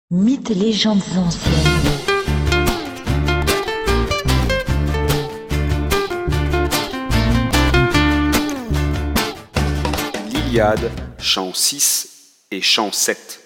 Mythes et légendes anciennes. L'Iliade, chant 6 et chant 7.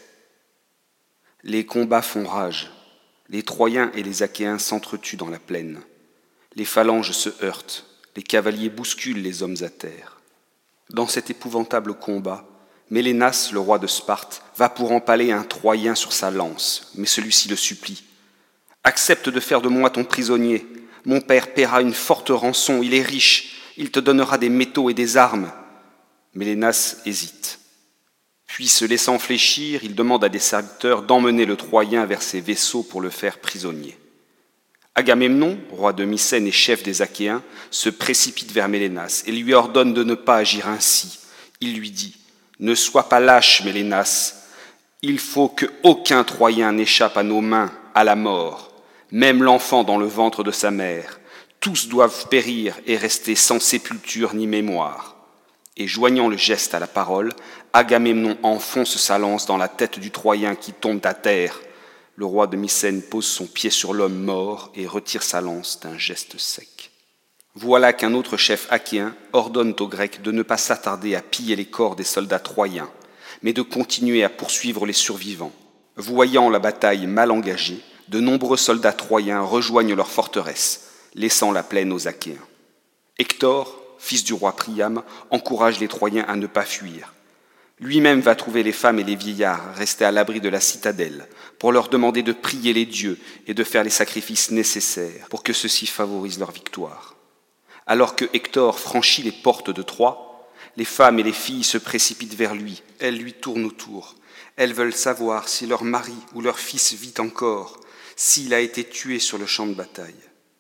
Les combats font rage. Les Troyens et les Achéens s'entretuent dans la plaine. Les phalanges se heurtent. Les cavaliers bousculent les hommes à terre. Dans cet épouvantable combat, Mélénas, le roi de Sparte, va pour empaler un Troyen sur sa lance, mais celui-ci le supplie. « Accepte de faire de moi ton prisonnier. Mon père paiera une forte rançon, il est riche, il te donnera des métaux et des armes. » Mélénas hésite. Puis, se laissant fléchir, il demande à des serviteurs d'emmener le Troyen vers ses vaisseaux pour le faire prisonnier. Agamemnon, roi de Mycène et chef des Achéens, se précipite vers Mélénas et lui ordonne de ne pas agir ainsi. Il lui dit « Ne sois pas lâche, Mélénas. Il faut qu'aucun Troyen n'échappe à nos mains, à la mort, même l'enfant dans le ventre de sa mère. Tous doivent périr et rester sans sépulture ni mémoire. » Et joignant le geste à la parole, Agamemnon enfonce sa lance dans la tête du Troyen qui tombe à terre. Le roi de Mycène pose son pied sur l'homme mort et retire sa lance d'un geste sec. Voilà qu'un autre chef achéen ordonne aux Grecs de ne pas s'attarder à piller les corps des soldats troyens, mais de continuer à poursuivre les survivants. Voyant la bataille mal engagée, de nombreux soldats troyens rejoignent leur forteresse, laissant la plaine aux Achéens. Hector, fils du roi Priam, encourage les Troyens à ne pas fuir. Lui-même va trouver les femmes et les vieillards restés à l'abri de la citadelle pour leur demander de prier les dieux et de faire les sacrifices nécessaires pour que ceux-ci favorisent leur victoire. Alors que Hector franchit les portes de Troie, les femmes et les filles se précipitent vers lui. Elles lui tournent autour. Elles veulent savoir si leur mari ou leur fils vit encore, s'il a été tué sur le champ de bataille.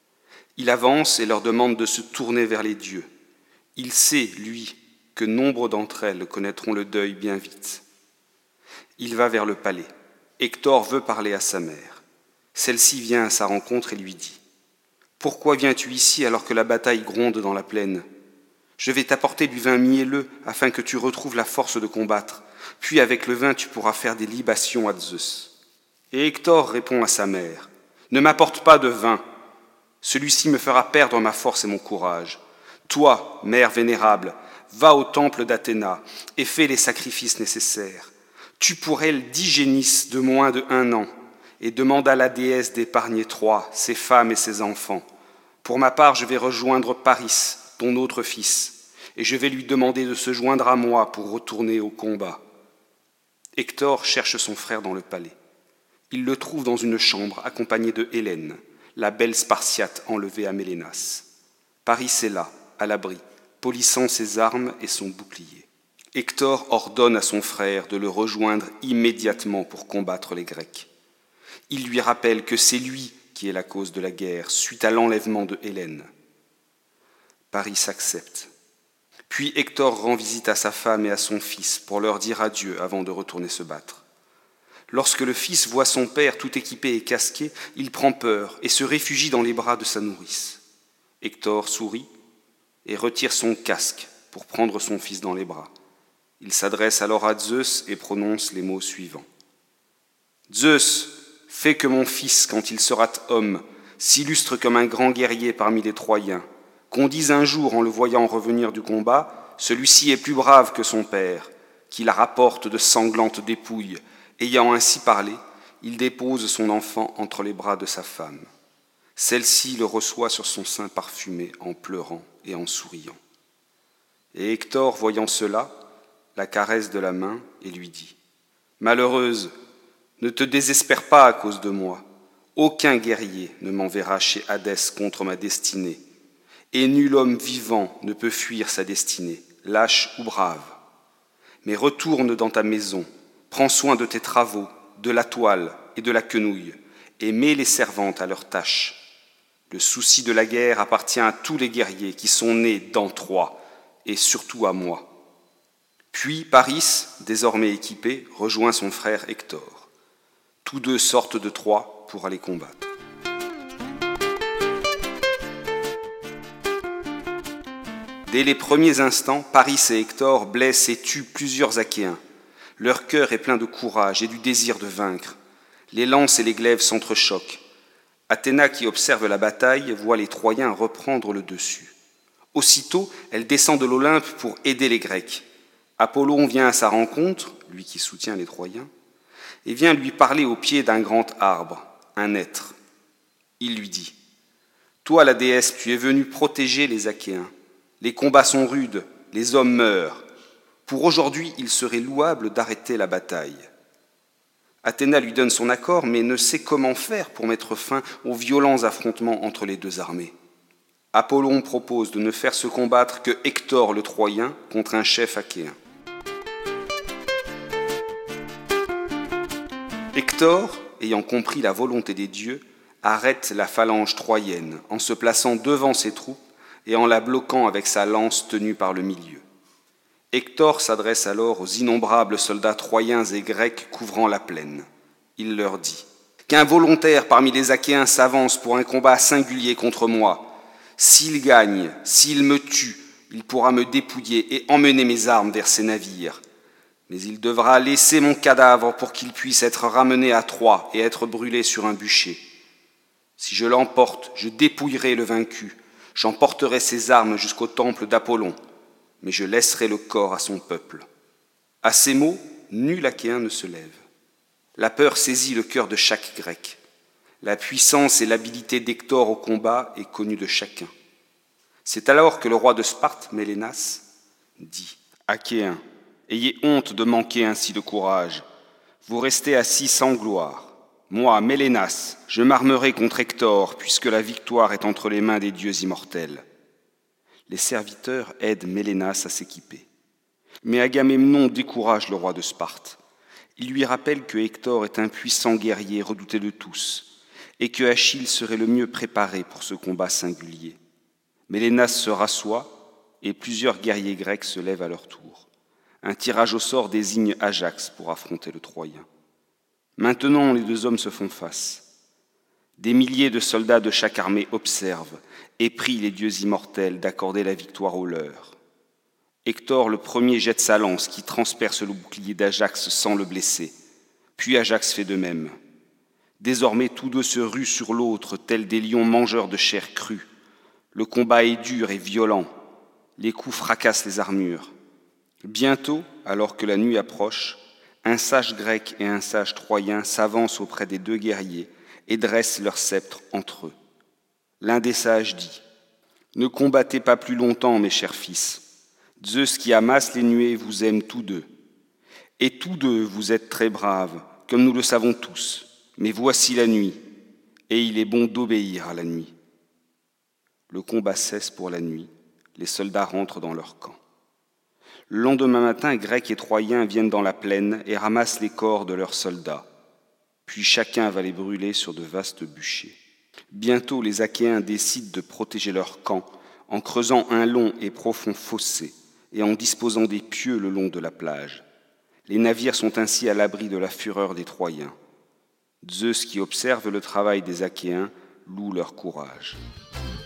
Il avance et leur demande de se tourner vers les dieux. Il sait, lui, que nombre d'entre elles connaîtront le deuil bien vite. Il va vers le palais. Hector veut parler à sa mère. Celle-ci vient à sa rencontre et lui dit « Pourquoi viens-tu ici alors que la bataille gronde dans la plaine ? Je vais t'apporter du vin mielleux afin que tu retrouves la force de combattre. Puis avec le vin tu pourras faire des libations à Zeus. » Et Hector répond à sa mère « Ne m'apporte pas de vin. Celui-ci me fera perdre ma force et mon courage. Toi, mère vénérable, va au temple d'Athéna et fais les sacrifices nécessaires. Tue pour elle 10 génisses de moins de 1 an et demande à la déesse d'épargner Troie, ses femmes et ses enfants. Pour ma part, je vais rejoindre Paris, ton autre fils, et je vais lui demander de se joindre à moi pour retourner au combat. » Hector cherche son frère dans le palais. Il le trouve dans une chambre accompagné de Hélène, la belle Spartiate enlevée à Mélénas. Paris est là, à l'abri, polissant ses armes et son bouclier. Hector ordonne à son frère de le rejoindre immédiatement pour combattre les Grecs. Il lui rappelle que c'est lui qui est la cause de la guerre, suite à l'enlèvement de Hélène. Paris accepte. Puis Hector rend visite à sa femme et à son fils pour leur dire adieu avant de retourner se battre. Lorsque le fils voit son père tout équipé et casqué, il prend peur et se réfugie dans les bras de sa nourrice. Hector sourit et retire son casque pour prendre son fils dans les bras. Il s'adresse alors à Zeus et prononce les mots suivants. « Zeus, fais que mon fils, quand il sera homme, s'illustre comme un grand guerrier parmi les Troyens, qu'on dise un jour en le voyant revenir du combat, celui-ci est plus brave que son père, qui la rapporte de sanglantes dépouilles. Ayant ainsi parlé, il dépose son enfant entre les bras de sa femme. Celle-ci le reçoit sur son sein parfumé en pleurant et en souriant. Et Hector, voyant cela, la caresse de la main et lui dit « Malheureuse, ne te désespère pas à cause de moi. Aucun guerrier ne m'enverra chez Hadès contre ma destinée, et nul homme vivant ne peut fuir sa destinée, lâche ou brave. Mais retourne dans ta maison, prends soin de tes travaux, de la toile et de la quenouille, et mets les servantes à leurs tâches. Le souci de la guerre appartient à tous les guerriers qui sont nés dans Troie, et surtout à moi. » Puis Paris, désormais équipé, rejoint son frère Hector. Tous deux sortent de Troie pour aller combattre. Dès les premiers instants, Paris et Hector blessent et tuent plusieurs Achéens. Leur cœur est plein de courage et du désir de vaincre. Les lances et les glaives s'entrechoquent. Athéna, qui observe la bataille, voit les Troyens reprendre le dessus. Aussitôt, elle descend de l'Olympe pour aider les Grecs. Apollon vient à sa rencontre, lui qui soutient les Troyens, et vient lui parler au pied d'un grand arbre, un hêtre. Il lui dit : « Toi, la déesse, tu es venue protéger les Achéens. Les combats sont rudes, les hommes meurent. Pour aujourd'hui, il serait louable d'arrêter la bataille. » Athéna lui donne son accord, mais ne sait comment faire pour mettre fin aux violents affrontements entre les deux armées. Apollon propose de ne faire se combattre que Hector le Troyen contre un chef achéen. Hector, ayant compris la volonté des dieux, arrête la phalange troyenne en se plaçant devant ses troupes et en la bloquant avec sa lance tenue par le milieu. Hector s'adresse alors aux innombrables soldats troyens et grecs couvrant la plaine. Il leur dit : « Qu'un volontaire parmi les Achéens s'avance pour un combat singulier contre moi. S'il gagne, s'il me tue, il pourra me dépouiller et emmener mes armes vers ses navires. Mais il devra laisser mon cadavre pour qu'il puisse être ramené à Troie et être brûlé sur un bûcher. Si je l'emporte, je dépouillerai le vaincu, j'emporterai ses armes jusqu'au temple d'Apollon, mais je laisserai le corps à son peuple. » À ces mots, nul Achéen ne se lève. La peur saisit le cœur de chaque Grec. La puissance et l'habileté d'Hector au combat est connue de chacun. C'est alors que le roi de Sparte, Mélénas, dit : « Achéens, ayez honte de manquer ainsi de courage. Vous restez assis sans gloire. Moi, Mélénas, je m'armerai contre Hector, puisque la victoire est entre les mains des dieux immortels. » Les serviteurs aident Mélénas à s'équiper. Mais Agamemnon décourage le roi de Sparte. Il lui rappelle que Hector est un puissant guerrier redouté de tous, et que Achille serait le mieux préparé pour ce combat singulier. Mélénas se rassoit, et plusieurs guerriers grecs se lèvent à leur tour. Un tirage au sort désigne Ajax pour affronter le Troyen. Maintenant, les deux hommes se font face. Des milliers de soldats de chaque armée observent et prient les dieux immortels d'accorder la victoire aux leurs. Hector le premier jette sa lance qui transperce le bouclier d'Ajax sans le blesser. Puis Ajax fait de même. Désormais, tous deux se ruent sur l'autre, tels des lions mangeurs de chair crue. Le combat est dur et violent. Les coups fracassent les armures. Bientôt, alors que la nuit approche, un sage grec et un sage troyen s'avancent auprès des deux guerriers et dressent leurs sceptres entre eux. L'un des sages dit : « Ne combattez pas plus longtemps, mes chers fils. Zeus qui amasse les nuées vous aime tous deux. Et tous deux vous êtes très braves, comme nous le savons tous. Mais voici la nuit, et il est bon d'obéir à la nuit. » Le combat cesse pour la nuit, les soldats rentrent dans leur camp. Le lendemain matin, Grecs et Troyens viennent dans la plaine et ramassent les corps de leurs soldats. Puis chacun va les brûler sur de vastes bûchers. Bientôt, les Achéens décident de protéger leur camp en creusant un long et profond fossé et en disposant des pieux le long de la plage. Les navires sont ainsi à l'abri de la fureur des Troyens. Zeus, qui observe le travail des Achéens, loue leur courage.